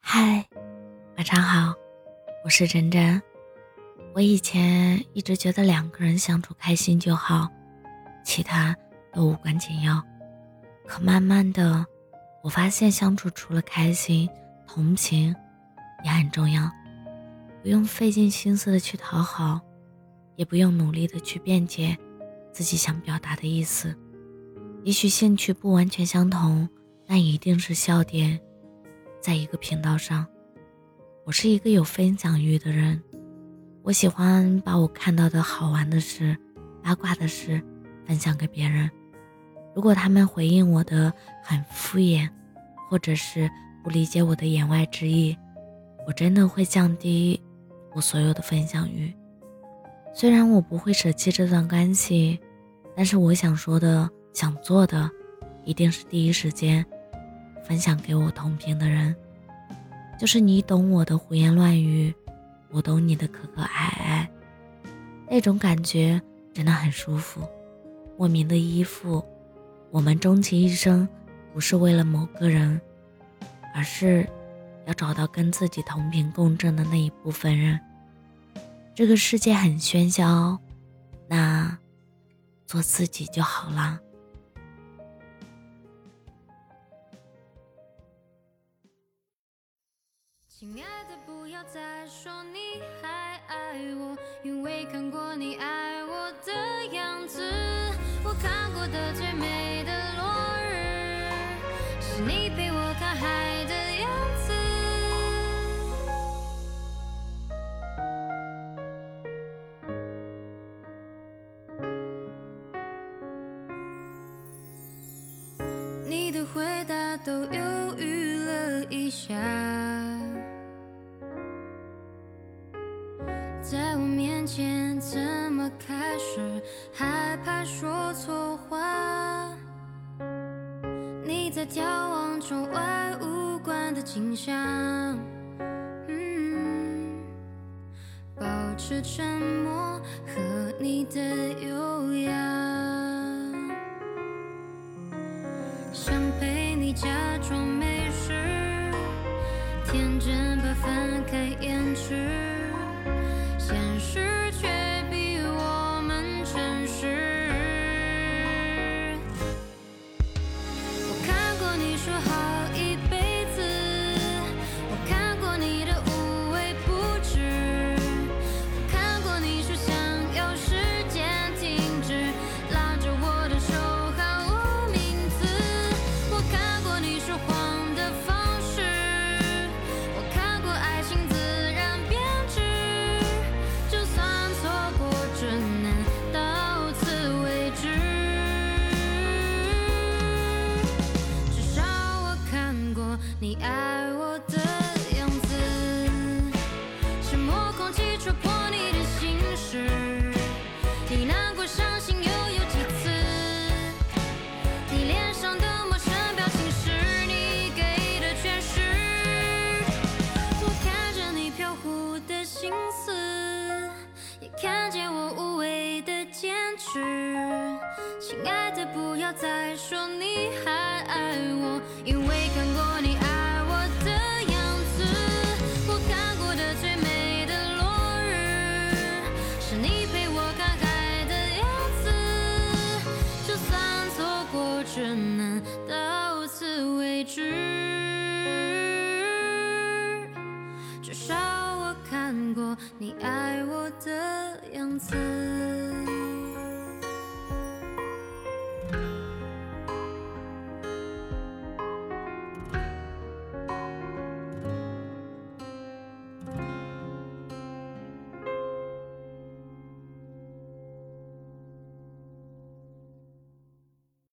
嗨，晚上好，我是真真。我以前一直觉得两个人相处开心就好，其他都无关紧要。可慢慢的，我发现相处除了开心，同情也很重要。不用费尽心思的去讨好，也不用努力的去辩解自己想表达的意思。也许兴趣不完全相同，但一定是笑点在一个频道上。我是一个有分享欲的人，我喜欢把我看到的好玩的事、八卦的事分享给别人。如果他们回应我的很敷衍，或者是不理解我的言外之意，我真的会降低我所有的分享欲。虽然我不会舍弃这段关系，但是我想说的、想做的，一定是第一时间分享给我同频的人。就是你懂我的胡言乱语，我懂你的可可爱爱，那种感觉真的很舒服。莫名的依附，我们终其一生不是为了某个人，而是要找到跟自己同频共振的那一部分人。这个世界很喧嚣，那做自己就好了。 亲爱的，不要再说你还爱我，因为看过你爱我的样子。我看过的最美的落日，是你陪我看海的样子。你的回答都犹豫了一下，在我面前怎么开始，害怕说错话。你在眺望窗外无关的景象，保持沉默和你的优雅，想陪你假装没事，天真把分开延迟，现实却比我们真实。我看过你说好一辈子，我看过你的无微不至，我看过你说想要时间停止，拉着我的手喊我名字，我看过你说谎的方式，我看过爱情自然变质，就算错过只能到此为止，至少我看过你爱我的样子，是摸空气戳破你的心事，你难过伤心又有几次，你脸上的陌生表情是你给的诠释，我看着你飘忽的心思，也看见我无谓的坚持。亲爱的，不要再说你还爱我，因为看过你爱我的样子，我看过的最美的落日，是你陪我看海的样子，就算错过只能到此为止，至少我看过你爱我的样子。